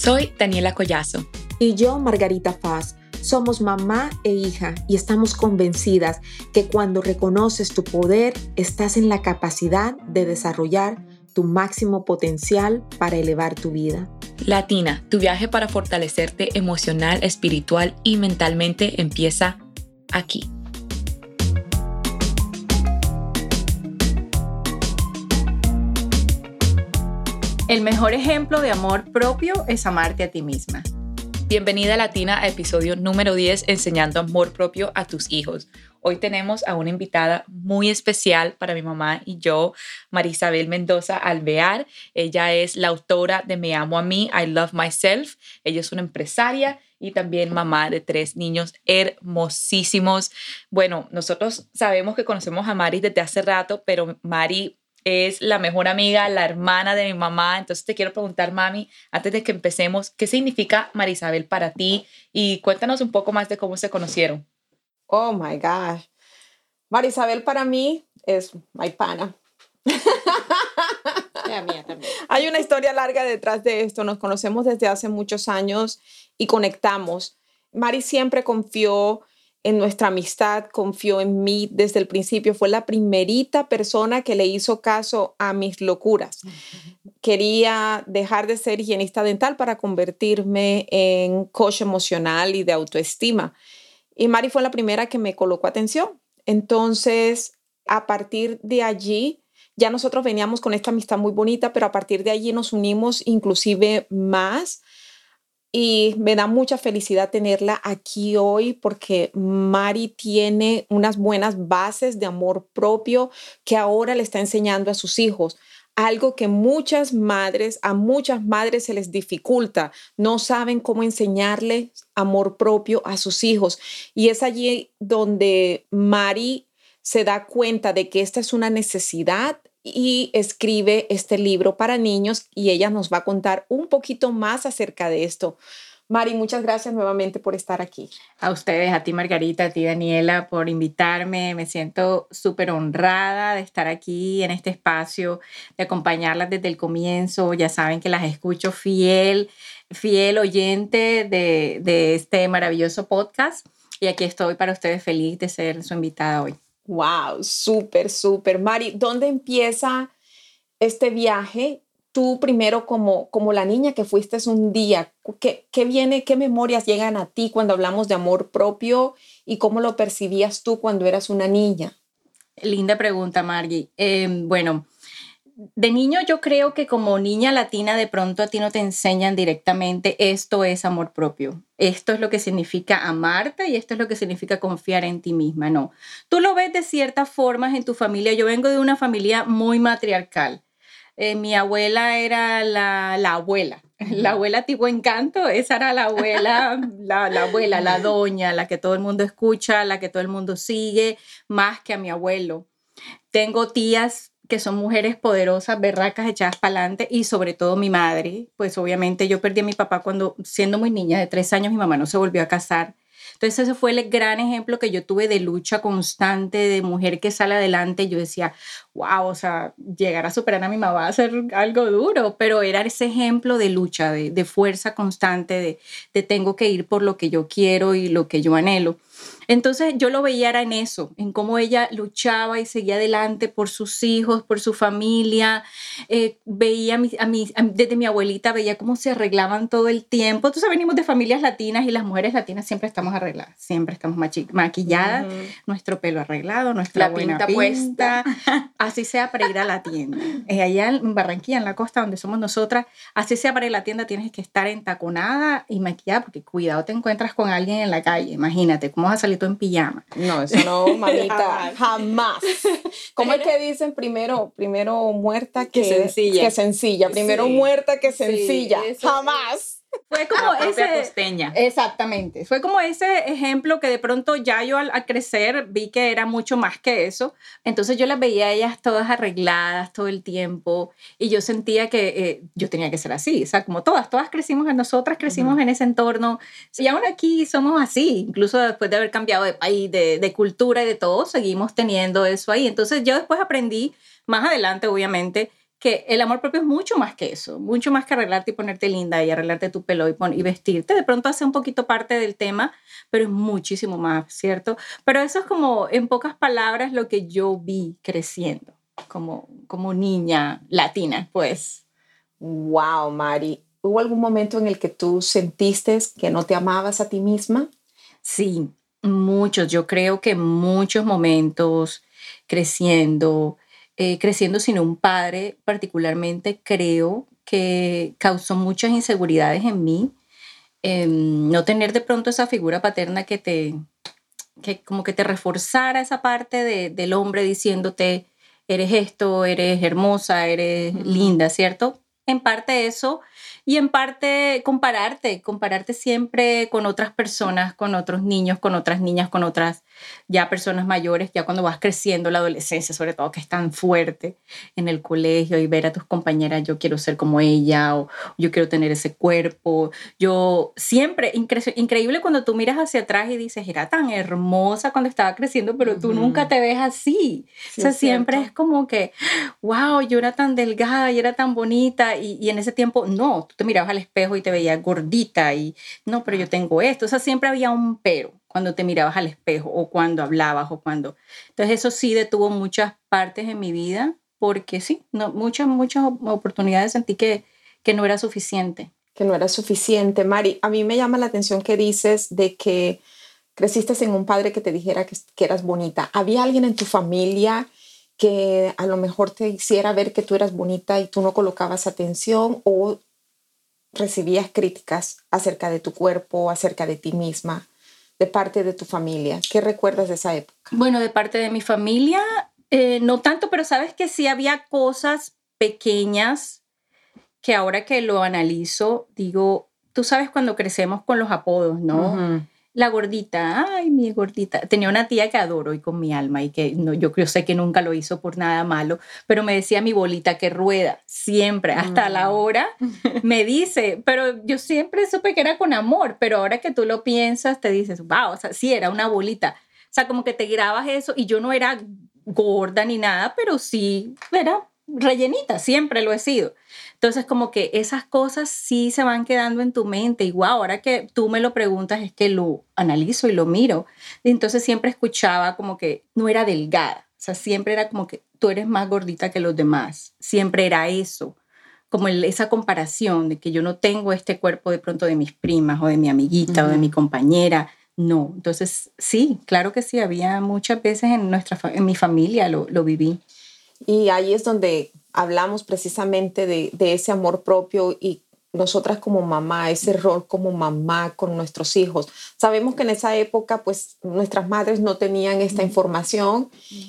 Soy Daniela Collazo. Y yo, Margarita Faz. Somos mamá e hija y estamos convencidas que cuando reconoces tu poder, estás en la capacidad de desarrollar tu máximo potencial para elevar tu vida. Latina, tu viaje para fortalecerte emocional, espiritual y mentalmente empieza aquí. El mejor ejemplo de amor propio es amarte a ti misma. Bienvenida Latina a episodio número 10, enseñando amor propio a tus hijos. Hoy tenemos a una invitada muy especial para mi mamá y yo, Marisabel Mendoza Alvear. Ella es la autora de Me Amo a Mí, I Love Myself. Ella es una empresaria y también mamá de 3 niños hermosísimos. Bueno, nosotros sabemos que conocemos a Mari desde hace rato, pero Mari es la mejor amiga, la hermana de mi mamá. Entonces te quiero preguntar, mami, antes de que empecemos, ¿qué significa Marisabel para ti? Y cuéntanos un poco más de cómo se conocieron. Oh my gosh. Marisabel para mí es my pana. La mía también. Hay una historia larga detrás de esto. Nos conocemos desde hace muchos años y conectamos. Mari siempre confió en nuestra amistad, confió en mí desde el principio. Fue la primerita persona que le hizo caso a mis locuras. Quería dejar de ser higienista dental para convertirme en coach emocional y de autoestima. Y Mari fue la primera que me colocó atención. Entonces, a partir de allí, ya nosotros veníamos con esta amistad muy bonita, pero a partir de allí nos unimos inclusive más. Y me da mucha felicidad tenerla aquí hoy porque Mari tiene unas buenas bases de amor propio que ahora le está enseñando a sus hijos. Algo que a muchas madres se les dificulta. No saben cómo enseñarle amor propio a sus hijos. Y es allí donde Mari se da cuenta de que esta es una necesidad y escribe este libro para niños y ella nos va a contar un poquito más acerca de esto. Mari, muchas gracias nuevamente por estar aquí. A ustedes, a ti Margarita, a ti Daniela, por invitarme. Me siento súper honrada de estar aquí en este espacio, de acompañarlas desde el comienzo. Ya saben que las escucho fiel oyente de este maravilloso podcast. Y aquí estoy para ustedes, feliz de ser su invitada hoy. Wow, súper, súper. Mari, ¿dónde empieza este viaje? Tú primero como la niña que fuiste un día, ¿qué memorias llegan a ti cuando hablamos de amor propio y cómo lo percibías tú cuando eras una niña? Linda pregunta, Margie. Bueno, de niño yo creo que como niña latina de pronto a ti no te enseñan directamente esto es amor propio. Esto es lo que significa amarte y esto es lo que significa confiar en ti misma. No, tú lo ves de ciertas formas en tu familia. Yo vengo de una familia muy matriarcal. Mi abuela era la abuela. La abuela tipo Encanto, esa era la abuela, la abuela, la doña, la que todo el mundo escucha, la que todo el mundo sigue, más que a mi abuelo. Tengo tías que son mujeres poderosas, berracas, echadas para adelante y sobre todo mi madre. Pues obviamente yo perdí a mi papá cuando siendo muy niña, de 3 años, mi mamá no se volvió a casar. Entonces ese fue el gran ejemplo que yo tuve de lucha constante, de mujer que sale adelante. Yo decía, wow, o sea, llegar a superar a mi mamá va a ser algo duro, pero era ese ejemplo de lucha, de fuerza constante, de tengo que ir por lo que yo quiero y lo que yo anhelo. Entonces yo lo veía era en eso, en cómo ella luchaba y seguía adelante por sus hijos, por su familia. Veía desde mi abuelita, veía cómo se arreglaban todo el tiempo. Entonces venimos de familias latinas y las mujeras latinas siempre estamos arregladas, siempre estamos maquilladas, nuestro pelo arreglado, nuestra buena pinta puesta, así sea para ir a la tienda. Allá en Barranquilla, en la costa donde somos nosotras, así sea para ir a la tienda tienes que estar entaconada y maquillada porque cuidado te encuentras con alguien en la calle, imagínate, ¿cómo vas a salir tú en pijama? No, eso no, mamita, jamás. ¿Cómo es que dicen primero muerta que sencilla? Primero muerta que sencilla. Sí, jamás. Fue como ese costeña. Exactamente. Fue como ese ejemplo que de pronto ya yo al crecer vi que era mucho más que eso. Entonces yo las veía a ellas todas arregladas todo el tiempo y yo sentía que yo tenía que ser así. O sea, como todas crecimos, nosotras crecimos en ese entorno y aún aquí somos así. Incluso después de haber cambiado de país, de cultura y de todo, seguimos teniendo eso ahí. Entonces yo después aprendí, más adelante obviamente, que el amor propio es mucho más que eso, mucho más que arreglarte y ponerte linda y arreglarte tu pelo y vestirte. De pronto hace un poquito parte del tema, pero es muchísimo más, ¿cierto? Pero eso es como, en pocas palabras, lo que yo vi creciendo como niña latina, pues. Wow, Mari. ¿Hubo algún momento en el que tú sentiste que no te amabas a ti misma? Sí, muchos. Yo creo que muchos momentos creciendo, creciendo sin un padre particularmente, creo que causó muchas inseguridades en mí. No tener de pronto esa figura paterna que como que te reforzara esa parte del hombre diciéndote, eres esto, eres hermosa, eres linda, ¿cierto? En parte eso, y en parte compararte siempre con otras personas, con otros niños, con otras niñas, con otras ya personas mayores, ya cuando vas creciendo, la adolescencia sobre todo, que es tan fuerte en el colegio, y ver a tus compañeras, yo quiero ser como ella, o yo quiero tener ese cuerpo. Yo siempre, increíble cuando tú miras hacia atrás y dices, era tan hermosa cuando estaba creciendo, pero tú nunca te ves así. Sí, O sea, es siempre cierto. es como que, wow, yo era tan delgada y era tan bonita, y en ese tiempo, no, tú te mirabas al espejo y te veías gordita, y no, pero yo tengo esto. O sea, siempre había un pero cuando te mirabas al espejo, o cuando hablabas, o cuando... Entonces eso sí detuvo muchas partes en mi vida, porque sí, no, muchas oportunidades sentí que no era suficiente. Que no era suficiente. Mari, a mí me llama la atención que dices de que creciste en un padre que te dijera que eras bonita. ¿Había alguien en tu familia que a lo mejor te hiciera ver que tú eras bonita y tú no colocabas atención, o recibías críticas acerca de tu cuerpo, acerca de ti misma, de parte de tu familia? ¿Qué recuerdas de esa época? Bueno, de parte de mi familia, no tanto, pero sabes que sí había cosas pequeñas que ahora que lo analizo, digo, tú sabes cuando crecemos con los apodos, ¿no? La gordita, ay, mi gordita. Tenía una tía que adoro y con mi alma, y que no, yo creo, sé que nunca lo hizo por nada malo, pero me decía mi bolita que rueda, siempre, hasta la hora me dice, pero yo siempre supe que era con amor, pero ahora que tú lo piensas, te dices, wow, o sea, sí, era una bolita. O sea, como que te grabas eso, y yo no era gorda ni nada, pero sí era rellenita, siempre lo he sido. Entonces, como que esas cosas sí se van quedando en tu mente. Y wow, ahora que tú me lo preguntas, es que lo analizo y lo miro. Y entonces siempre escuchaba como que no era delgada. O sea, siempre era como que tú eres más gordita que los demás. Siempre era eso. Como esa comparación de que yo no tengo este cuerpo de pronto de mis primas, o de mi amiguita, o de mi compañera. No. Entonces, sí, claro que sí. Había muchas veces en mi familia lo viví. Y ahí es donde hablamos precisamente de ese amor propio, y nosotras como mamá, ese rol como mamá con nuestros hijos. Sabemos que en esa época, pues, nuestras madres no tenían esta información,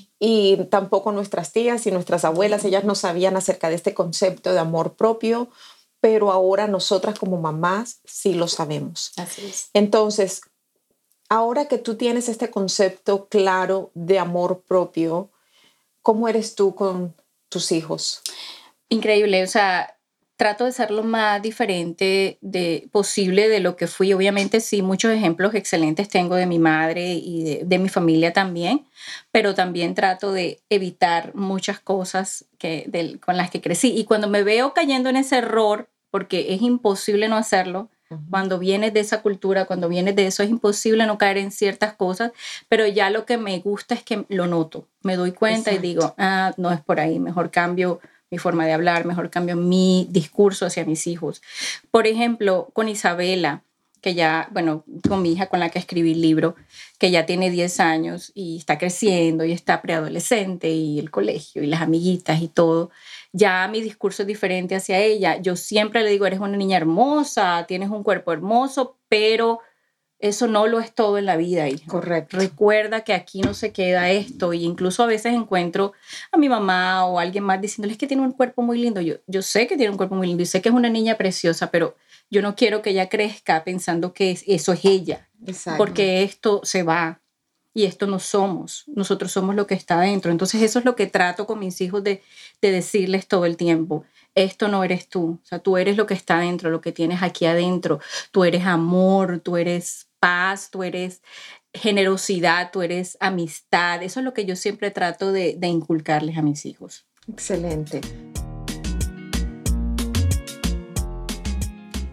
y tampoco nuestras tías y nuestras abuelas, ellas no sabían acerca de este concepto de amor propio, pero ahora nosotras como mamás sí lo sabemos. Así es. Entonces, ahora que tú tienes este concepto claro de amor propio, ¿cómo eres tú con tus hijos? Increíble, o sea, trato de ser lo más diferente posible de lo que fui. Obviamente sí, muchos ejemplos excelentes tengo de mi madre y de mi familia también, pero también trato de evitar muchas cosas con las que crecí. Y cuando me veo cayendo en ese error, porque es imposible no hacerlo, cuando vienes de esa cultura, cuando vienes de eso, es imposible no caer en ciertas cosas, pero ya lo que me gusta es que lo noto, me doy cuenta. Exacto. Y digo, no es por ahí, mejor cambio mi forma de hablar, mejor cambio mi discurso hacia mis hijos. Por ejemplo, con Isabela, que ya, bueno, con mi hija con la que escribí el libro, que ya tiene 10 años y está creciendo y está preadolescente, y el colegio y las amiguitas y todo, ya mi discurso es diferente hacia ella. Yo siempre le digo, eres una niña hermosa, tienes un cuerpo hermoso, pero eso no lo es todo en la vida, hija. Correcto. Recuerda que aquí no se queda esto. Y incluso a veces encuentro a mi mamá o a alguien más diciéndoles que tiene un cuerpo muy lindo. Yo sé que tiene un cuerpo muy lindo y sé que es una niña preciosa, pero yo no quiero que ella crezca pensando que eso es ella. Exacto. Porque esto se va y esto no somos. Nosotros somos lo que está dentro. Entonces eso es lo que trato con mis hijos de decirles todo el tiempo. Esto no eres tú. O sea, tú eres lo que está dentro, lo que tienes aquí adentro. Tú eres amor, tú eres paz, tú eres generosidad, tú eres amistad. Eso es lo que yo siempre trato de inculcarles a mis hijos. Excelente.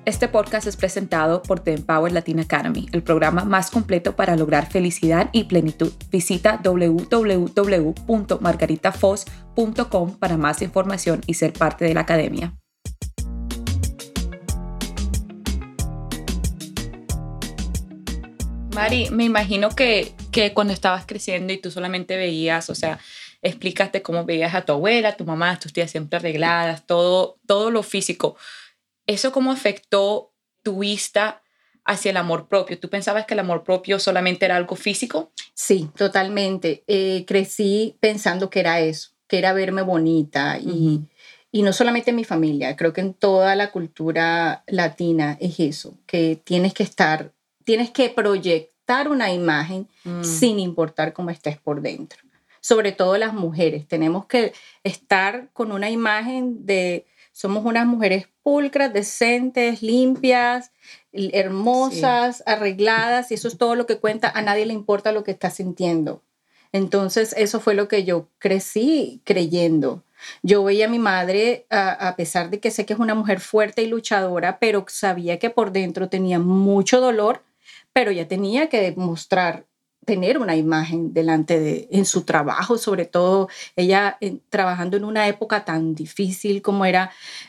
Este podcast es presentado por The Empower Latin Academy, el programa más completo para lograr felicidad y plenitud. Visita www.margaritafoz.com para más información y ser parte de la academia. Mari, me imagino que cuando estabas creciendo y tú solamente veías, o sea, explícate cómo veías a tu abuela, a tu mamá, tus tías siempre arregladas, todo lo físico. ¿Eso cómo afectó tu vista hacia el amor propio? ¿Tú pensabas que el amor propio solamente era algo físico? Sí, totalmente. Crecí pensando que era eso, que era verme bonita y no solamente en mi familia, creo que en toda la cultura latina es eso, que tienes que proyectar una imagen sin importar cómo estés por dentro. Sobre todo las mujeres, tenemos que estar con una imagen de somos unas mujeres pulcras, decentes, limpias, hermosas, arregladas, y eso es todo lo que cuenta. A nadie le importa lo que estás sintiendo. Entonces, eso fue lo que yo crecí creyendo. Yo veía a mi madre, a pesar de que sé que es una mujer fuerte y luchadora, pero sabía que por dentro tenía mucho dolor, pero ella tenía que demostrar tener una imagen en su trabajo, sobre todo ella trabajando en una época tan difícil como era,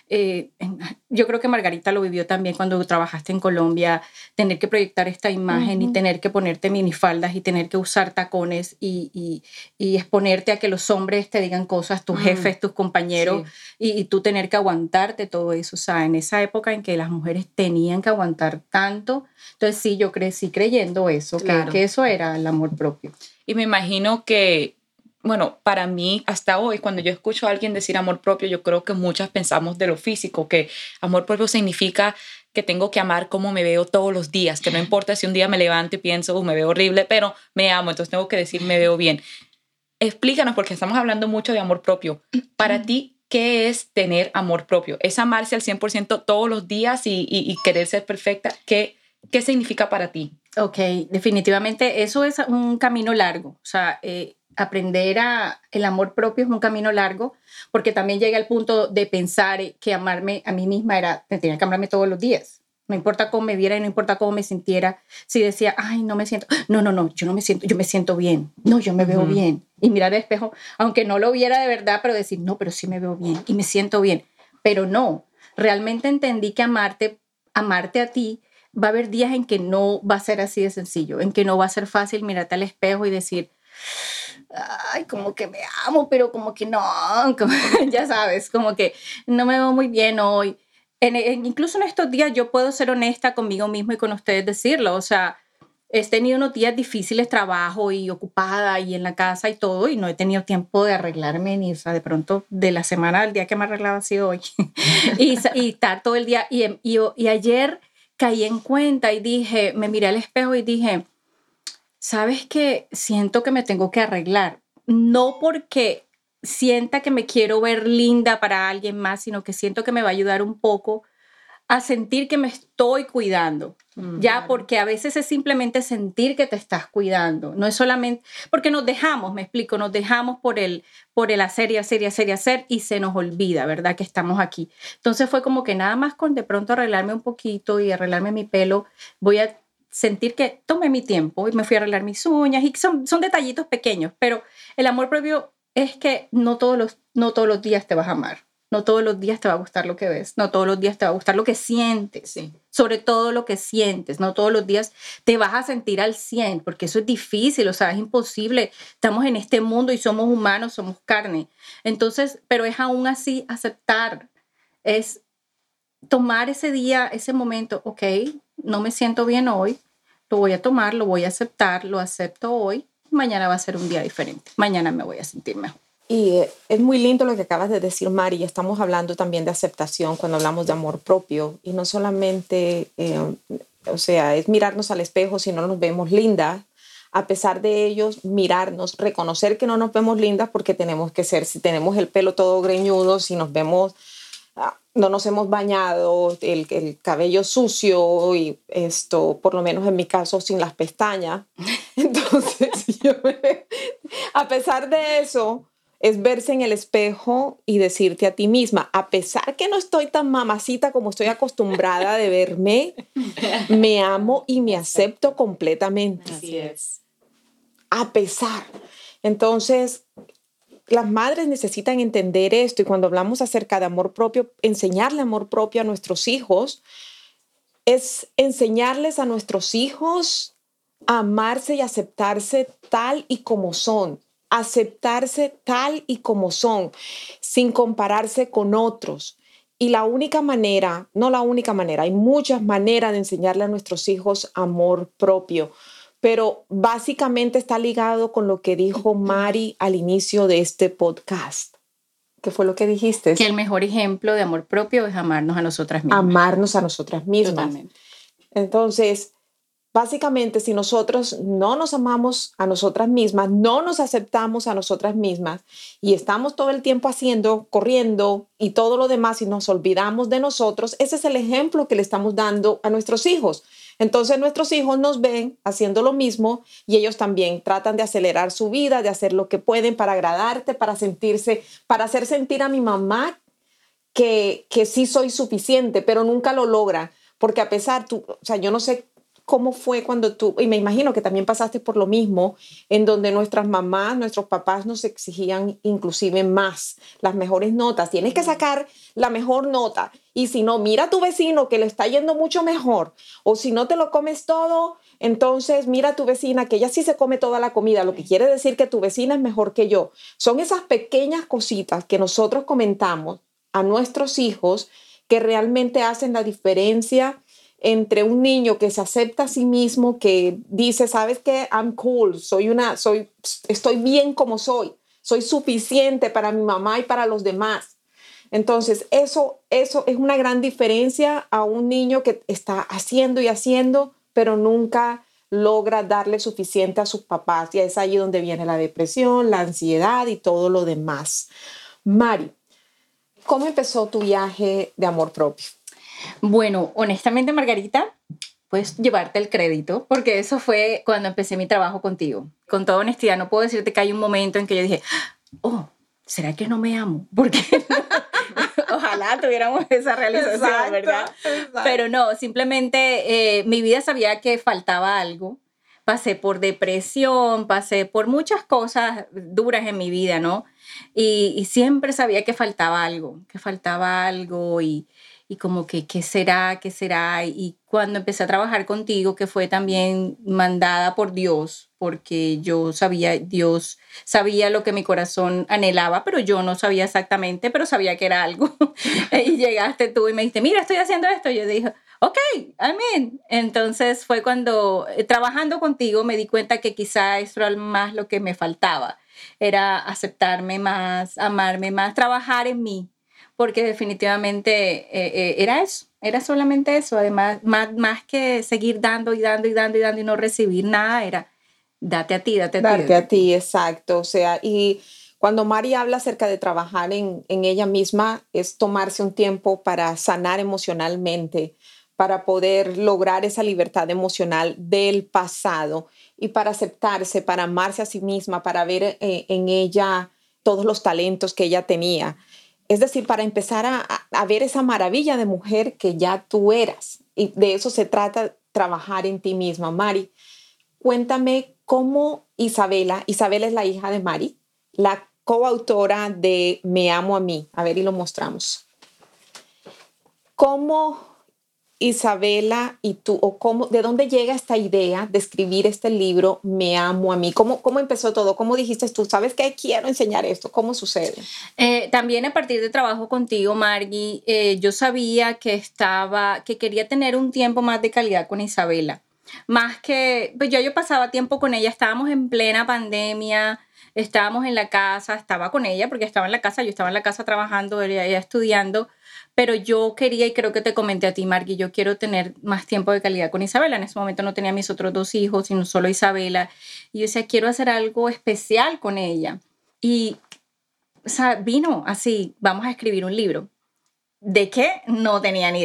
yo creo que Margarita lo vivió también cuando trabajaste en Colombia, tener que proyectar esta imagen y tener que ponerte minifaldas y tener que usar tacones y exponerte a que los hombres te digan cosas, tus jefes, tus compañeros, y tú tener que aguantarte todo eso. O sea, en esa época en que las mujeres tenían que aguantar tanto, entonces sí, yo crecí creyendo eso, claro, que eso era el amor propio. Y me imagino que, bueno, para mí hasta hoy, cuando yo escucho a alguien decir amor propio, yo creo que muchas pensamos de lo físico, que amor propio significa que tengo que amar cómo me veo todos los días, que no importa si un día me levanto y pienso, me veo horrible, pero me amo, entonces tengo que decir me veo bien. Explícanos, porque estamos hablando mucho de amor propio. Para ti, ¿qué es tener amor propio? ¿Es amarse al 100% todos los días y querer ser perfecta? ¿Qué significa para ti? Ok, definitivamente eso es un camino largo. O sea, aprender el amor propio es un camino largo, porque también llega al punto de pensar que amarme a mí misma tenía que amarme todos los días. No importa cómo me viera y no importa cómo me sintiera. Si decía, ay, no me siento, no, yo no me siento, yo me siento bien. No, yo me veo bien. Y mirar al espejo, aunque no lo viera de verdad, pero decir, no, pero sí me veo bien y me siento bien. Pero no, realmente entendí que amarte a ti, va a haber días en que no va a ser así de sencillo, en que no va a ser fácil mirarte al espejo y decir, ay, como que me amo, pero como que no, ya sabes, como que no me veo muy bien hoy. Incluso en estos días yo puedo ser honesta conmigo mismo y con ustedes decirlo. O sea, he tenido unos días difíciles, trabajo y ocupada y en la casa y todo, y no he tenido tiempo de arreglarme ni, o sea, de pronto de la semana al día que me arreglaba ha sido hoy. y estar todo el día. Y ayer caí en cuenta y dije, me miré al espejo y dije, ¿sabes qué? Siento que me tengo que arreglar. No porque sienta que me quiero ver linda para alguien más, sino que siento que me va a ayudar un poco a sentir que me estoy cuidando. Ya, porque a veces es simplemente sentir que te estás cuidando. No es solamente, porque nos dejamos, me explico, nos dejamos por el hacer y hacer y se nos olvida, ¿verdad? Que estamos aquí. Entonces fue como que nada más con de pronto arreglarme un poquito y arreglarme mi pelo, voy a sentir que tomé mi tiempo y me fui a arreglar mis uñas y son detallitos pequeños, pero el amor propio es que no todos los días te vas a amar. No todos los días te va a gustar lo que ves, no todos los días te va a gustar lo que sientes, sobre todo lo que sientes, no todos los días te vas a sentir al 100, porque eso es difícil, o sea, es imposible, estamos en este mundo y somos humanos, somos carne, entonces, pero es aún así aceptar, es tomar ese día, ese momento, ok, no me siento bien hoy, lo voy a tomar, lo voy a aceptar, lo acepto hoy, mañana va a ser un día diferente, mañana me voy a sentir mejor. Y es muy lindo lo que acabas de decir, Mari. Estamos hablando también de aceptación cuando hablamos de amor propio. Y no solamente, o sea, es mirarnos al espejo si no nos vemos lindas. A pesar de ellos, mirarnos, reconocer que no nos vemos lindas porque tenemos que ser. Si tenemos el pelo todo greñudo, si nos vemos, no nos hemos bañado, el cabello sucio y esto, por lo menos en mi caso, sin las pestañas. Entonces, a pesar de eso, es verse en el espejo y decirte a ti misma, a pesar que no estoy tan mamacita como estoy acostumbrada de verme, me amo y me acepto completamente. Así es. A pesar. Entonces, las madres necesitan entender esto, y cuando hablamos acerca de amor propio, enseñarle amor propio a nuestros hijos es enseñarles a nuestros hijos a amarse y aceptarse tal y como son. Aceptarse tal y como son, sin compararse con otros. Y la única manera, no la única manera, hay muchas maneras de enseñarle a nuestros hijos amor propio, pero básicamente está ligado con lo que dijo Mari al inicio de este podcast. ¿Qué fue lo que dijiste? Que el mejor ejemplo de amor propio es amarnos a nosotras mismas. Amarnos a nosotras mismas. Totalmente. Entonces, básicamente, si nosotros no nos amamos a nosotras mismas, no nos aceptamos a nosotras mismas y estamos todo el tiempo haciendo, corriendo y todo lo demás y nos olvidamos de nosotros, ese es el ejemplo que le estamos dando a nuestros hijos. Entonces nuestros hijos nos ven haciendo lo mismo y ellos también tratan de acelerar su vida, de hacer lo que pueden para agradarte, para hacer sentir a mi mamá que sí soy suficiente, pero nunca lo logran. Porque a pesar, yo no sé cómo fue cuando tú, y me imagino que también pasaste por lo mismo, en donde nuestras mamás, nuestros papás nos exigían inclusive más, las mejores notas. Tienes que sacar la mejor nota. Y si no, mira a tu vecino que le está yendo mucho mejor. O si no te lo comes todo, entonces mira a tu vecina que ella sí se come toda la comida, lo que quiere decir que tu vecina es mejor que yo. Son esas pequeñas cositas que nosotros comentamos a nuestros hijos que realmente hacen la diferencia entre un niño que se acepta a sí mismo, que dice, ¿sabes qué? I'm cool, estoy bien como soy suficiente para mi mamá y para los demás. Entonces, eso es una gran diferencia a un niño que está haciendo y haciendo, pero nunca logra darle suficiente a sus papás. Y es ahí donde viene la depresión, la ansiedad y todo lo demás. Mari, ¿cómo empezó tu viaje de amor propio? Bueno, honestamente, Margarita, puedes llevarte el crédito, porque eso fue cuando empecé mi trabajo contigo. Con toda honestidad, no puedo decirte que hay un momento en que yo dije, oh, ¿será que no me amo? Porque ojalá tuviéramos esa realización, exacto, ¿verdad? Exacto. Pero no, simplemente mi vida sabía que faltaba algo. Pasé por depresión, pasé por muchas cosas duras en mi vida, ¿no? Y siempre sabía que faltaba algo y como que, ¿qué será? Y cuando empecé a trabajar contigo, que fue también mandada por Dios, porque Dios sabía lo que mi corazón anhelaba, pero yo no sabía exactamente, pero sabía que era algo. Y llegaste tú y me dijiste, mira, estoy haciendo esto. Y yo dije, ok, I'm in. Entonces fue cuando, trabajando contigo, me di cuenta que quizá eso era más lo que me faltaba. Era aceptarme más, amarme más, trabajar en mí. Porque definitivamente era eso, era solamente eso. Además, más que seguir dando y no recibir nada, era date a ti. Darte a ti, exacto. O sea, y cuando Mari habla acerca de trabajar en ella misma, es tomarse un tiempo para sanar emocionalmente, para poder lograr esa libertad emocional del pasado y para aceptarse, para amarse a sí misma, para ver en ella todos los talentos que ella tenía. Es decir, para empezar a ver esa maravilla de mujer que ya tú eras. Y de eso se trata, trabajar en ti misma. Mari, cuéntame cómo Isabela es la hija de Mari, la coautora de Me Amo a Mí. A ver, y lo mostramos. ¿Cómo Isabela y tú, de dónde llega esta idea de escribir este libro, Me Amo a Mí? ¿Cómo empezó todo? ¿Cómo dijiste tú, sabes que quiero enseñar esto? ¿Cómo sucede? También a partir de trabajo contigo, Margie, yo sabía que quería tener un tiempo más de calidad con Isabela. Más que, pues yo pasaba tiempo con ella, estábamos en plena pandemia, estábamos en la casa, estaba con ella porque estaba en la casa, yo estaba en la casa trabajando, ella estudiando, pero yo quería, y creo que te comenté a ti, Margie, yo quiero tener más tiempo de calidad con Isabela. En ese momento no tenía mis otros 2 hijos, sino solo Isabela. Y yo decía, quiero hacer algo especial con ella. Y, o sea, vino así, vamos a escribir un libro. ¿De qué? No tenía ni idea.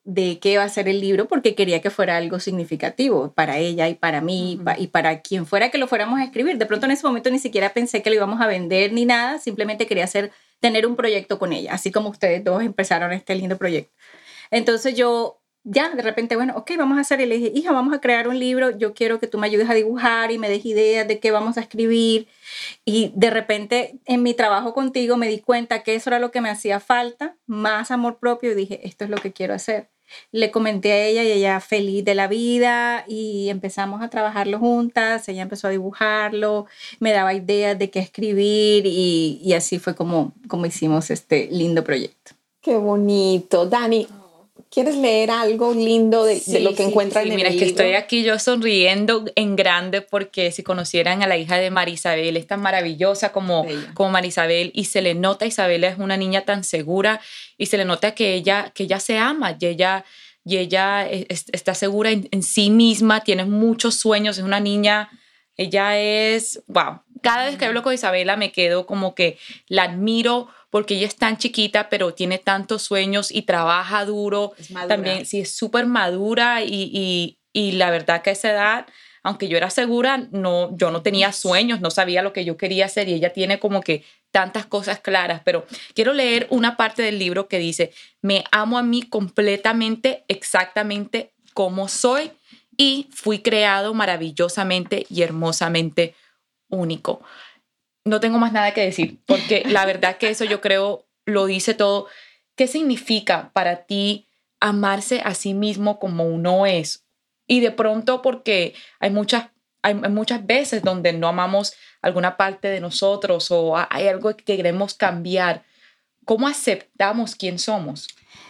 de qué va a ser el libro porque quería que fuera algo significativo para ella y para mí y para quien fuera que lo fuéramos a escribir. De pronto en ese momento ni siquiera pensé que lo íbamos a vender ni nada, simplemente quería tener un proyecto con ella, así como ustedes dos empezaron este lindo proyecto. Entonces yo ya de repente, bueno, ok, vamos a hacer, y le dije, hija, vamos a crear un libro, yo quiero que tú me ayudes a dibujar y me des ideas de qué vamos a escribir. Y de repente en mi trabajo contigo me di cuenta que eso era lo que me hacía falta, más amor propio, y dije, esto es lo que quiero hacer. Le comenté a ella y ella feliz de la vida y empezamos a trabajarlo juntas, ella empezó a dibujarlo, me daba ideas de qué escribir y así fue como hicimos este lindo proyecto. Qué bonito. Dani, ¿quieres leer algo lindo de lo que encuentran en el libro? Mira, que estoy aquí yo sonriendo en grande porque si conocieran a la hija de Marisabel, es tan maravillosa como Marisabel y se le nota, Isabela es una niña tan segura y se le nota que ella se ama y ella está segura en sí misma, tiene muchos sueños, es una niña, ella es, wow. Cada vez que hablo con Isabela me quedo como que la admiro porque ella es tan chiquita, pero tiene tantos sueños y trabaja duro. Es madura. También, sí, es súper madura y la verdad que a esa edad, aunque yo era segura, yo no tenía sueños, no sabía lo que yo quería hacer y ella tiene como que tantas cosas claras. Pero quiero leer una parte del libro que dice, me amo a mí completamente, exactamente como soy y fui creado maravillosamente y hermosamente único. No tengo más nada que decir, porque la verdad que eso yo creo lo dice todo. ¿Qué significa para ti amarse a sí mismo como uno es? Y de pronto porque hay muchas veces donde no amamos alguna parte de nosotros o hay algo que queremos cambiar. ¿Cómo aceptamos quién somos?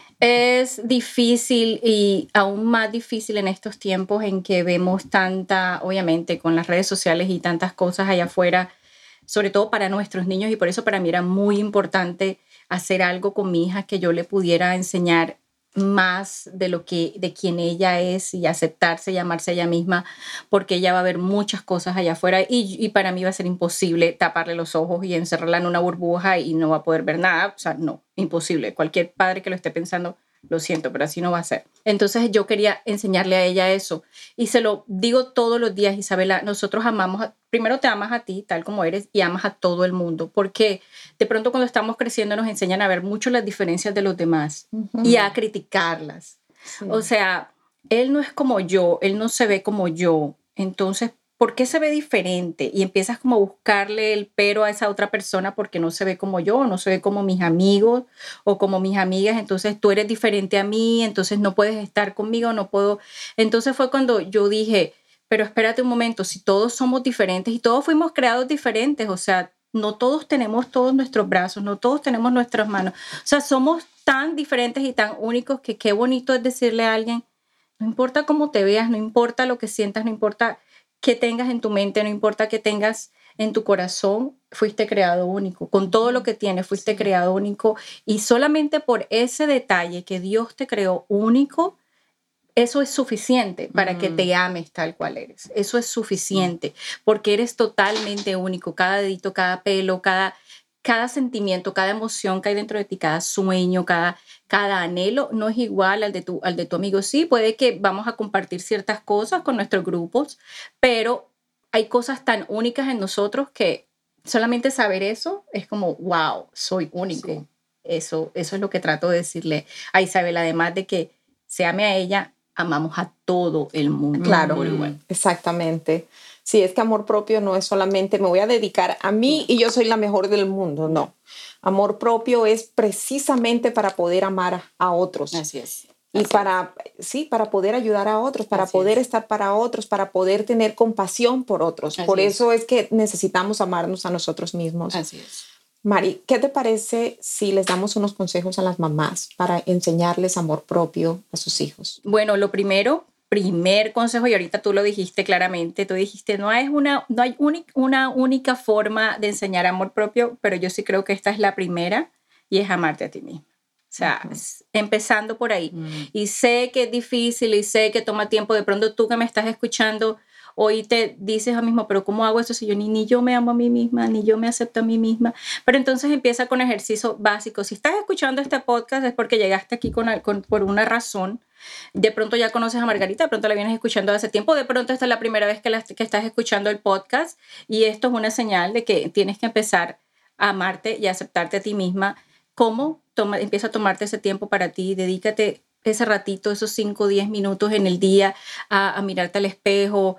Es difícil y aún más difícil en estos tiempos en que vemos obviamente con las redes sociales y tantas cosas allá afuera, sobre todo para nuestros niños, y por eso para mí era muy importante hacer algo con mi hija que yo le pudiera enseñar más de quién ella es y aceptarse y amarse a ella misma, porque ella va a ver muchas cosas allá afuera y para mí va a ser imposible taparle los ojos y encerrarla en una burbuja y no va a poder ver nada. O sea, no, imposible. Cualquier padre que lo esté pensando, lo siento, pero así no va a ser. Entonces yo quería enseñarle a ella eso y se lo digo todos los días, Isabela, nosotros primero te amas a ti tal como eres y amas a todo el mundo, porque de pronto cuando estamos creciendo nos enseñan a ver mucho las diferencias de los demás y a criticarlas. Sí. O sea, él no es como yo, él no se ve como yo, entonces ¿por qué se ve diferente? Y empiezas como a buscarle el pero a esa otra persona porque no se ve como yo, no se ve como mis amigos o como mis amigas, entonces tú eres diferente a mí, entonces no puedes estar conmigo, no puedo. Entonces fue cuando yo dije, pero espérate un momento, si todos somos diferentes y todos fuimos creados diferentes, o sea, no todos tenemos todos nuestros brazos, no todos tenemos nuestras manos, o sea, somos tan diferentes y tan únicos que qué bonito es decirle a alguien, no importa cómo te veas, no importa lo que sientas, no importa que tengas en tu mente, no importa que tengas en tu corazón, fuiste creado único. Con todo lo que tienes, fuiste creado único. Y solamente por ese detalle que Dios te creó único, eso es suficiente para que te ames tal cual eres. Eso es suficiente porque eres totalmente único. Cada dedito, cada pelo, cada sentimiento, cada emoción que hay dentro de ti, cada sueño, cada anhelo no es igual al de tu amigo. Sí, puede que vamos a compartir ciertas cosas con nuestros grupos, pero hay cosas tan únicas en nosotros que solamente saber eso es como, wow, soy único. Sí. Eso es lo que trato de decirle a Isabel, además de que se ame a ella, amamos a todo el mundo. Claro, por igual. Exactamente. Sí, es que amor propio no es solamente me voy a dedicar a mí y yo soy la mejor del mundo, no. Amor propio es precisamente para poder amar a otros. Así es. Y para poder ayudar a otros, para poder estar para otros, para poder tener compasión por otros. Por eso es que necesitamos amarnos a nosotros mismos. Así es. Mari, ¿qué te parece si les damos unos consejos a las mamás para enseñarles amor propio a sus hijos? Bueno, primer consejo, y ahorita tú lo dijiste claramente, tú dijiste, no hay una única forma de enseñar amor propio, pero yo sí creo que esta es la primera y es amarte a ti mismo. O sea, empezando por ahí. Y sé que es difícil y sé que toma tiempo. De pronto tú que me estás escuchando Hoy te dices a mismo, pero ¿cómo hago eso si yo ni yo me amo a mí misma, ni yo me acepto a mí misma? Pero entonces empieza con ejercicio básico. Si estás escuchando este podcast es porque llegaste aquí por una razón. De pronto ya conoces a Margarita, de pronto la vienes escuchando hace tiempo, de pronto esta es la primera vez que estás escuchando el podcast y esto es una señal de que tienes que empezar a amarte y a aceptarte a ti misma. ¿Cómo? Empieza a tomarte ese tiempo para ti, dedícate ese ratito, esos 5 o 10 minutos en el día a mirarte al espejo,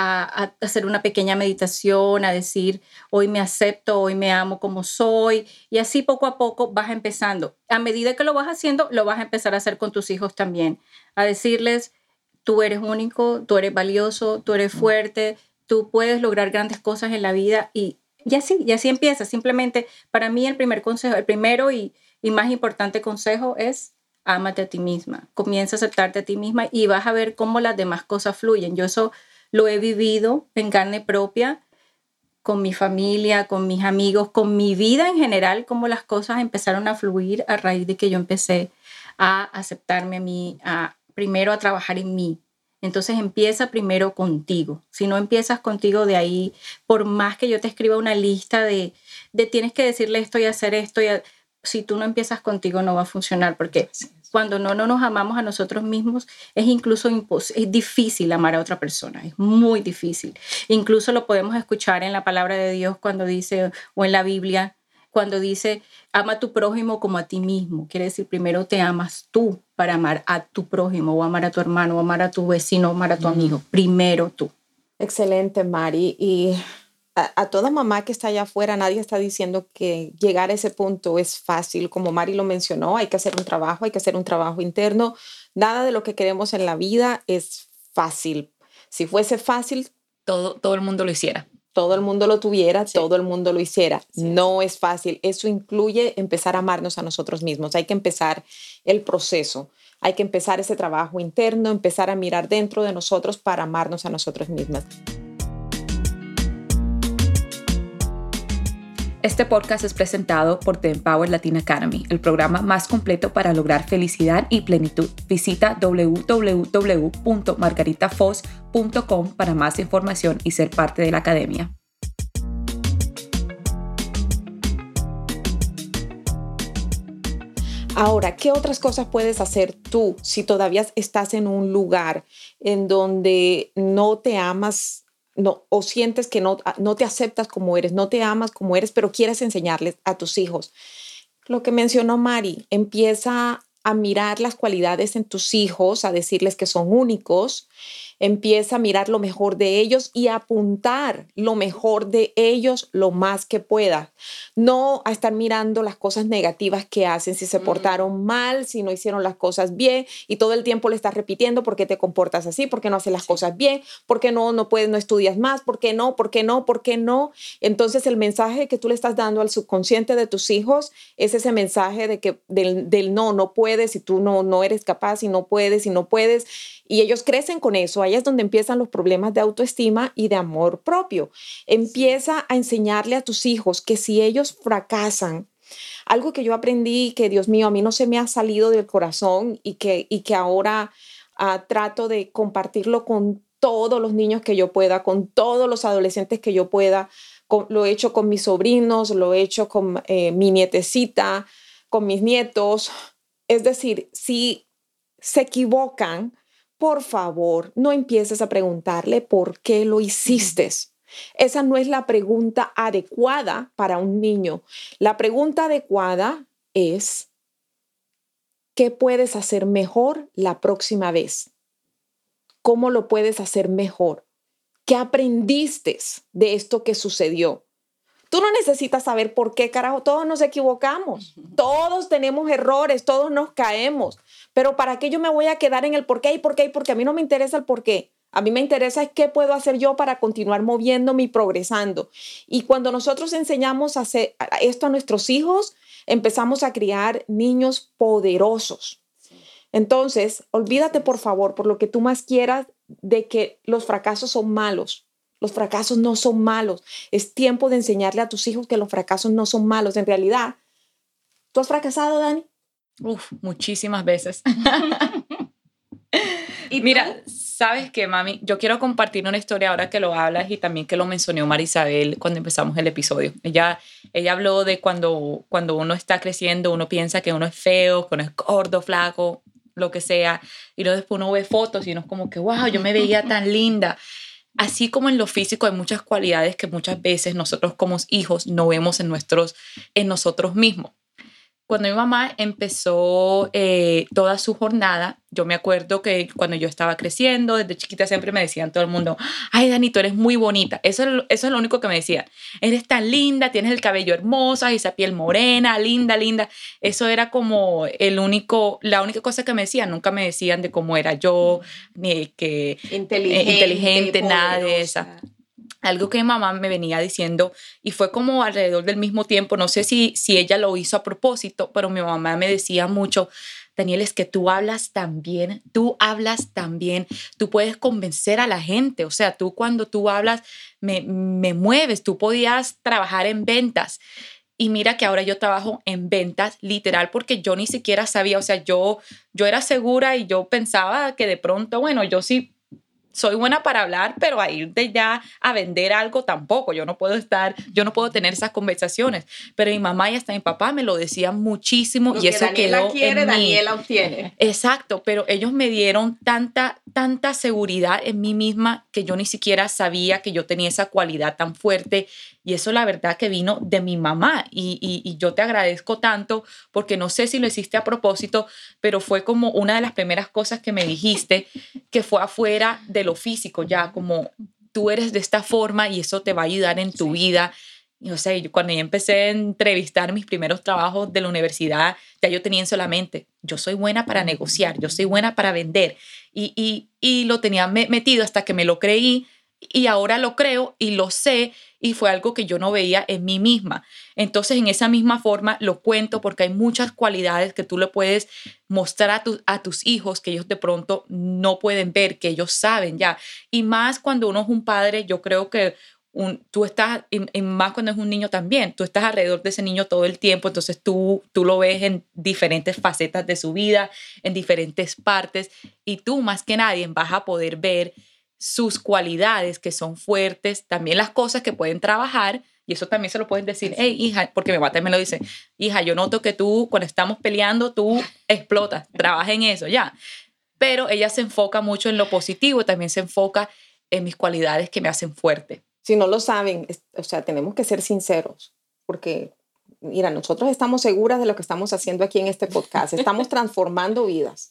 a hacer una pequeña meditación, a decir, hoy me acepto, hoy me amo como soy, y así poco a poco vas empezando. A medida que lo vas haciendo, lo vas a empezar a hacer con tus hijos también, a decirles, tú eres único, tú eres valioso, tú eres fuerte, tú puedes lograr grandes cosas en la vida y así empieza. Simplemente, para mí el primero y más importante consejo es ámate a ti misma, comienza a aceptarte a ti misma y vas a ver cómo las demás cosas fluyen. Yo eso lo he vivido en carne propia, con mi familia, con mis amigos, con mi vida en general, cómo las cosas empezaron a fluir a raíz de que yo empecé a aceptarme a mí, primero a trabajar en mí. Entonces empieza primero contigo. Si no empiezas contigo, de ahí, por más que yo te escriba una lista de tienes que decirle esto y hacer esto, si tú no empiezas contigo no va a funcionar, porque cuando no nos amamos a nosotros mismos es incluso es difícil amar a otra persona, es muy difícil. Incluso lo podemos escuchar en la palabra de Dios cuando dice, o en la Biblia, cuando dice, ama a tu prójimo como a ti mismo. Quiere decir, primero te amas tú para amar a tu prójimo, o amar a tu hermano, o amar a tu vecino, o amar a tu amigo. Primero tú. Excelente, Mari. Y a toda mamá que está allá afuera, nadie está diciendo que llegar a ese punto es fácil. Como Mari lo mencionó, hay que hacer un trabajo interno. Nada de lo que queremos en la vida es fácil. Si fuese fácil, todo el mundo lo hiciera. Todo el mundo lo tuviera, Sí. todo el mundo lo hiciera. Sí. No es fácil. Eso incluye empezar a amarnos a nosotros mismos. Hay que empezar el proceso. Hay que empezar ese trabajo interno, empezar a mirar dentro de nosotros para amarnos a nosotros mismos. Este podcast es presentado por The Empower Latin Academy, el programa más completo para lograr felicidad y plenitud. Visita www.margaritafoz.com para más información y ser parte de la academia. Ahora, ¿qué otras cosas puedes hacer tú si todavía estás en un lugar en donde no te amas? No, o sientes que no te aceptas como eres, no te amas como eres, pero quieres enseñarles a tus hijos? Lo que mencionó Mari, empieza a mirar las cualidades en tus hijos, a decirles que son únicos, empieza a mirar lo mejor de ellos y a apuntar lo mejor de ellos lo más que pueda. No a estar mirando las cosas negativas que hacen, si se portaron mal, si no hicieron las cosas bien y todo el tiempo le estás repitiendo por qué te comportas así, por qué no haces las cosas bien, por qué no puedes, no estudias más, por qué no. Entonces el mensaje que tú le estás dando al subconsciente de tus hijos es ese mensaje de que del no puedes y tú no eres capaz y no puedes. Y ellos crecen con eso. Ahí es donde empiezan los problemas de autoestima y de amor propio. Empieza a enseñarle a tus hijos que si ellos fracasan, algo que yo aprendí que, Dios mío, a mí no se me ha salido del corazón y que ahora trato de compartirlo con todos los niños que yo pueda, con todos los adolescentes que yo pueda. Lo he hecho con mis sobrinos, lo he hecho con mi nietecita, con mis nietos. Es decir, si se equivocan, por favor, no empieces a preguntarle por qué lo hiciste. Esa no es la pregunta adecuada para un niño. La pregunta adecuada es, ¿qué puedes hacer mejor la próxima vez? ¿Cómo lo puedes hacer mejor? ¿Qué aprendiste de esto que sucedió? Tú no necesitas saber por qué, carajo, todos nos equivocamos, todos tenemos errores, todos nos caemos, pero ¿para qué yo me voy a quedar en el por qué y por qué y por qué? A mí no me interesa el por qué, a mí me interesa es qué puedo hacer yo para continuar moviéndome y progresando. Y cuando nosotros enseñamos a hacer esto a nuestros hijos, empezamos a criar niños poderosos. Entonces, olvídate por favor, por lo que tú más quieras, de que los fracasos son malos. Los fracasos no son malos. Es tiempo de enseñarle a tus hijos que los fracasos no son malos. En realidad, ¿tú has fracasado, Dani? Muchísimas veces. Mira, ¿sabes qué, mami? Yo quiero compartir una historia ahora que lo hablas y también que lo mencionó Marisabel cuando empezamos el episodio. Ella habló de cuando uno está creciendo, uno piensa que uno es feo, que uno es gordo, flaco, lo que sea, y luego después uno ve fotos y uno es como que, wow, yo me veía tan linda. Así como en lo físico hay muchas cualidades que muchas veces nosotros como hijos no vemos en nosotros mismos. Cuando mi mamá empezó toda su jornada, yo me acuerdo que cuando yo estaba creciendo, desde chiquita siempre me decían todo el mundo, ay, Dani, tú eres muy bonita. Eso es lo único que me decían. Eres tan linda, tienes el cabello hermoso, esa piel morena, linda, linda. Eso era como la única cosa que me decían. Nunca me decían de cómo era yo, ni que inteligente, nada de eso. Algo que mi mamá me venía diciendo y fue como alrededor del mismo tiempo, no sé si ella lo hizo a propósito, pero mi mamá me decía mucho, Daniel, es que tú hablas tan bien, tú puedes convencer a la gente, o sea, tú cuando tú hablas me mueves, tú podías trabajar en ventas. Y mira que ahora yo trabajo en ventas, literal, porque yo ni siquiera sabía, o sea, yo era segura y yo pensaba que de pronto, bueno, yo sí soy buena para hablar, pero a ir de ya a vender algo tampoco. Yo no puedo tener esas conversaciones. Pero mi mamá y hasta mi papá me lo decían muchísimo y eso quedó en mí. Daniela obtiene. Exacto, pero ellos me dieron tanta seguridad en mí misma que yo ni siquiera sabía que yo tenía esa cualidad tan fuerte. Y eso la verdad que vino de mi mamá y yo te agradezco tanto porque no sé si lo hiciste a propósito, pero fue como una de las primeras cosas que me dijiste que fue afuera de lo físico, ya como tú eres de esta forma y eso te va a ayudar en tu vida. Y, o sea, cuando yo empecé a entrevistar mis primeros trabajos de la universidad, ya yo tenía en solamente, yo soy buena para negociar, yo soy buena para vender y lo tenía metido hasta que me lo creí. Y ahora lo creo y lo sé y fue algo que yo no veía en mí misma. Entonces, en esa misma forma lo cuento porque hay muchas cualidades que tú le puedes mostrar a tus hijos que ellos de pronto no pueden ver, que ellos saben ya. Y más cuando uno es un padre, yo creo que tú estás, y más cuando es un niño también, tú estás alrededor de ese niño todo el tiempo, entonces tú lo ves en diferentes facetas de su vida, en diferentes partes y tú más que nadie vas a poder ver sus cualidades que son fuertes, también las cosas que pueden trabajar y eso también se lo pueden decir, hey hija, porque mi mamá también me lo dice, hija, yo noto que tú cuando estamos peleando tú explotas, trabaja en eso, ya. Pero ella se enfoca mucho en lo positivo, también se enfoca en mis cualidades que me hacen fuerte. Si no lo saben, o sea, tenemos que ser sinceros, porque mira, nosotros estamos seguras de lo que estamos haciendo aquí en este podcast, estamos transformando vidas.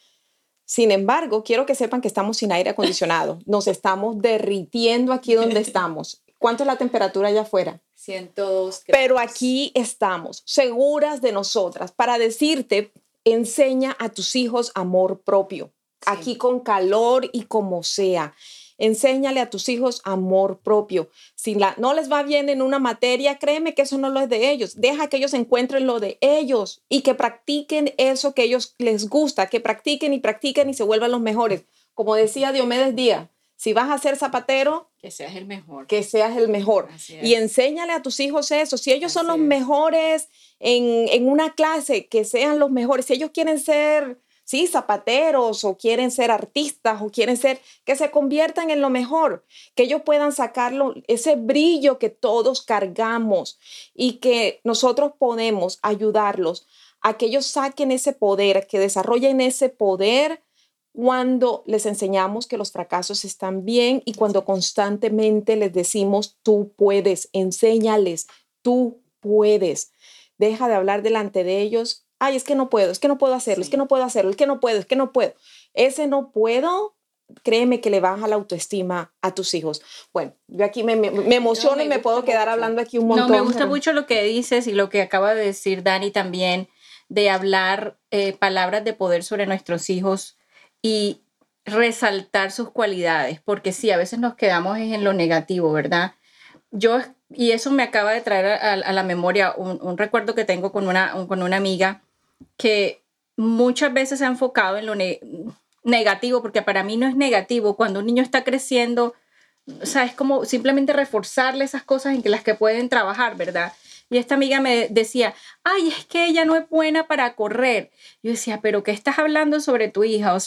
Sin embargo, quiero que sepan que estamos sin aire acondicionado. Nos estamos derritiendo aquí donde estamos. ¿Cuánto es la temperatura allá afuera? 102 grados. Pero aquí estamos, seguras de nosotras, para decirte, enseña a tus hijos amor propio. Sí. Aquí con calor y como sea. Enséñale a tus hijos amor propio. Si no les va bien en una materia, créeme que eso no lo es de ellos. Deja que ellos encuentren lo de ellos y que practiquen eso que a ellos les gusta, que practiquen y se vuelvan los mejores. Como decía Diomedes Díaz, si vas a ser zapatero, que seas el mejor. Que seas el mejor. Y enséñale a tus hijos eso. Si ellos son los mejores en una clase, que sean los mejores. Si ellos quieren ser... sí, zapateros o quieren ser artistas o quieren ser, que se conviertan en lo mejor, que ellos puedan sacarlo, ese brillo que todos cargamos y que nosotros podemos ayudarlos a que ellos saquen ese poder, que desarrollen ese poder cuando les enseñamos que los fracasos están bien y cuando constantemente les decimos, tú puedes, enséñales, tú puedes. Deja de hablar delante de ellos. Ay, es que no puedo hacerlo, sí. Es que no puedo hacerlo, es que no puedo. Ese no puedo, créeme que le baja la autoestima a tus hijos. Bueno, yo aquí me emociono y me puedo quedar hablando aquí un montón. No, me gusta mucho lo que dices y lo que acaba de decir Dani también, de hablar palabras de poder sobre nuestros hijos y resaltar sus cualidades, porque sí, a veces nos quedamos en lo negativo, ¿verdad? Y eso me acaba de traer a la memoria un recuerdo que tengo con una amiga que muchas veces se ha enfocado en lo negativo, porque para mí no es negativo. Cuando un niño está creciendo, o sea, es como simplemente reforzarle esas cosas en las que pueden trabajar, ¿verdad? Y esta amiga me decía, ay, es que ella no es buena para correr. Yo decía, ¿pero qué estás hablando sobre tu hija? O sea,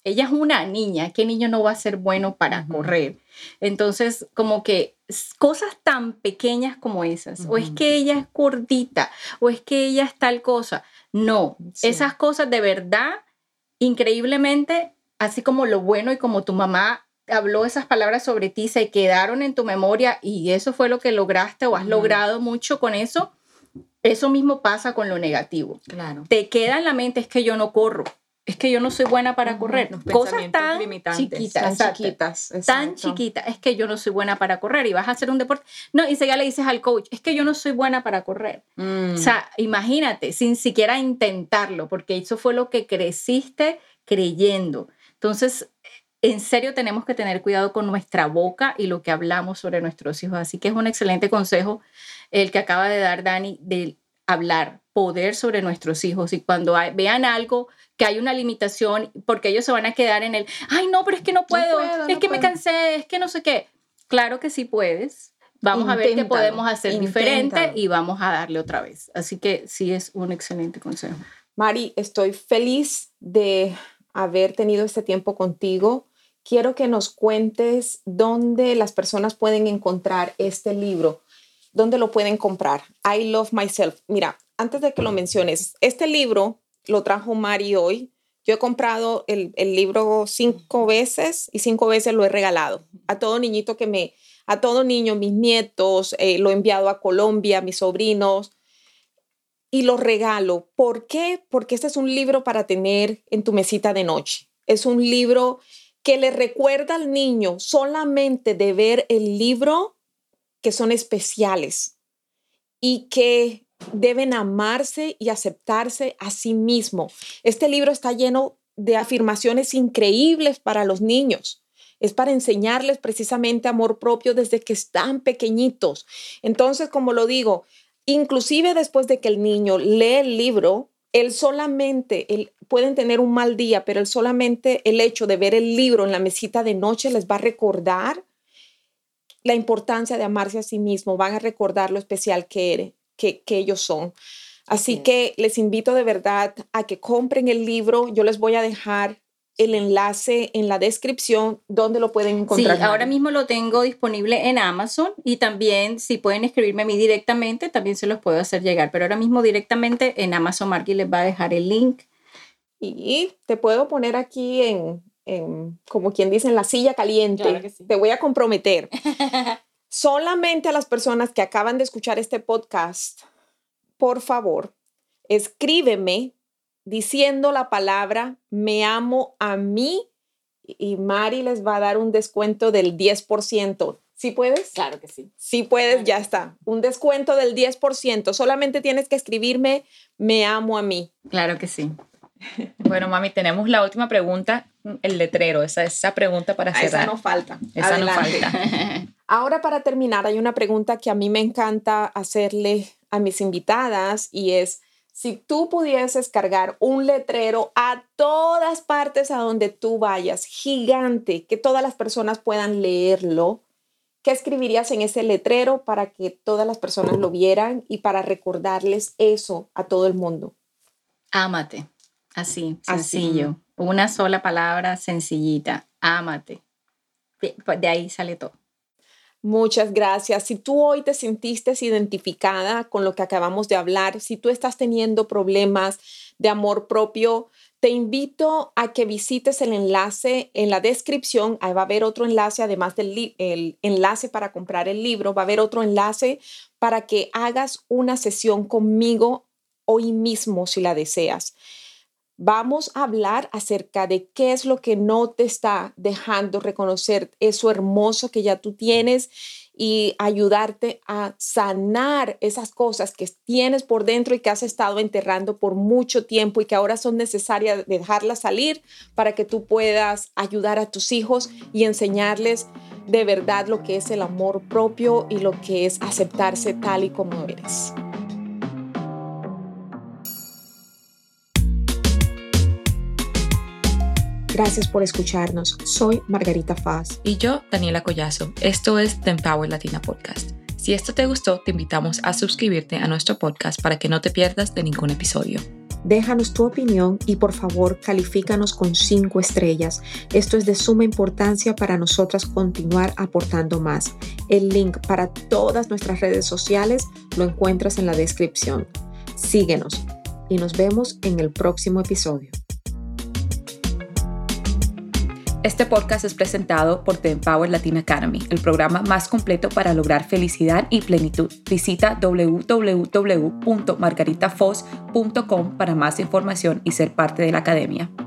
ella es una niña, ¿qué niño no va a ser bueno para correr? Entonces, como que cosas tan pequeñas como esas, o es que ella es gordita, o es que ella es tal cosa. No, esas cosas de verdad, increíblemente, así como lo bueno y como tu mamá habló esas palabras sobre ti, se quedaron en tu memoria y eso fue lo que lograste o has logrado mucho con eso. Eso mismo pasa con lo negativo. Claro. Te queda en la mente, es que yo no corro, es que yo no soy buena para correr. Cosas tan chiquitas. Tan chiquitas, es que yo no soy buena para correr y vas a hacer un deporte. No, y ya le dices al coach, es que yo no soy buena para correr. O sea, imagínate, sin siquiera intentarlo, porque eso fue lo que creciste creyendo. Entonces, en serio tenemos que tener cuidado con nuestra boca y lo que hablamos sobre nuestros hijos. Así que es un excelente consejo el que acaba de dar Dani, de hablar, poder sobre nuestros hijos. Y cuando vean algo, que hay una limitación, porque ellos se van a quedar en el, ay, no, pero es que no puedo, me cansé, es que no sé qué. Claro que sí puedes. Vamos a ver qué podemos hacer diferente y vamos a darle otra vez. Así que sí es un excelente consejo. Mari, estoy feliz de haber tenido este tiempo contigo. Quiero que nos cuentes dónde las personas pueden encontrar este libro, dónde lo pueden comprar. I Love Myself. Mira, antes de que lo menciones, este libro lo trajo Mari hoy. Yo he comprado el libro 5 veces y 5 veces lo he regalado a todo niñito a todo niño, mis nietos, lo he enviado a Colombia, a mis sobrinos y lo regalo. ¿Por qué? Porque este es un libro para tener en tu mesita de noche. Es un libro que le recuerda al niño solamente de ver el libro que son especiales y que deben amarse y aceptarse a sí mismo. Este libro está lleno de afirmaciones increíbles para los niños. Es para enseñarles precisamente amor propio desde que están pequeñitos. Entonces, como lo digo, inclusive después de que el niño lee el libro, pueden tener un mal día, pero solamente el hecho de ver el libro en la mesita de noche les va a recordar la importancia de amarse a sí mismo, van a recordar lo especial que ellos son. Así que les invito de verdad a que compren el libro. Yo les voy a dejar el enlace en la descripción donde lo pueden encontrar. Sí, ahora mismo lo tengo disponible en Amazon y también si pueden escribirme a mí directamente, también se los puedo hacer llegar, pero ahora mismo directamente en Amazon Margie les va a dejar el link. Y te puedo poner aquí en como quien dice, en la silla caliente. Claro que sí. Te voy a comprometer. Solamente a las personas que acaban de escuchar este podcast, por favor, escríbeme diciendo la palabra me amo a mí y Mari les va a dar un descuento del 10%. ¿Sí puedes? Claro que sí. Sí puedes, ya está. Un descuento del 10%. Solamente tienes que escribirme me amo a mí. Claro que sí. Bueno, mami, tenemos la última pregunta, el letrero, esa pregunta para cerrar. Esa no falta. Esa Adelante. no falta. Ahora, para terminar, hay una pregunta que a mí me encanta hacerle a mis invitadas y es, si tú pudieses cargar un letrero a todas partes a donde tú vayas, gigante, que todas las personas puedan leerlo, ¿qué escribirías en ese letrero para que todas las personas lo vieran y para recordarles eso a todo el mundo? Ámate. Así, sencillo. Una sola palabra sencillita. Ámate. De ahí sale todo. Muchas gracias. Si tú hoy te sentiste identificada con lo que acabamos de hablar, si tú estás teniendo problemas de amor propio, te invito a que visites el enlace en la descripción. Ahí va a haber otro enlace, además del el enlace para comprar el libro, va a haber otro enlace para que hagas una sesión conmigo hoy mismo si la deseas. Vamos a hablar acerca de qué es lo que no te está dejando reconocer eso hermoso que ya tú tienes y ayudarte a sanar esas cosas que tienes por dentro y que has estado enterrando por mucho tiempo y que ahora son necesarias dejarlas salir para que tú puedas ayudar a tus hijos y enseñarles de verdad lo que es el amor propio y lo que es aceptarse tal y como eres. Gracias por escucharnos. Soy Margarita Faz. Y yo, Daniela Collazo. Esto es The Empower Latina Podcast. Si esto te gustó, te invitamos a suscribirte a nuestro podcast para que no te pierdas de ningún episodio. Déjanos tu opinión y por favor califícanos con 5 estrellas. Esto es de suma importancia para nosotras continuar aportando más. El link para todas nuestras redes sociales lo encuentras en la descripción. Síguenos y nos vemos en el próximo episodio. Este podcast es presentado por The Empower Latin Academy, el programa más completo para lograr felicidad y plenitud. Visita www.margaritafoz.com para más información y ser parte de la academia.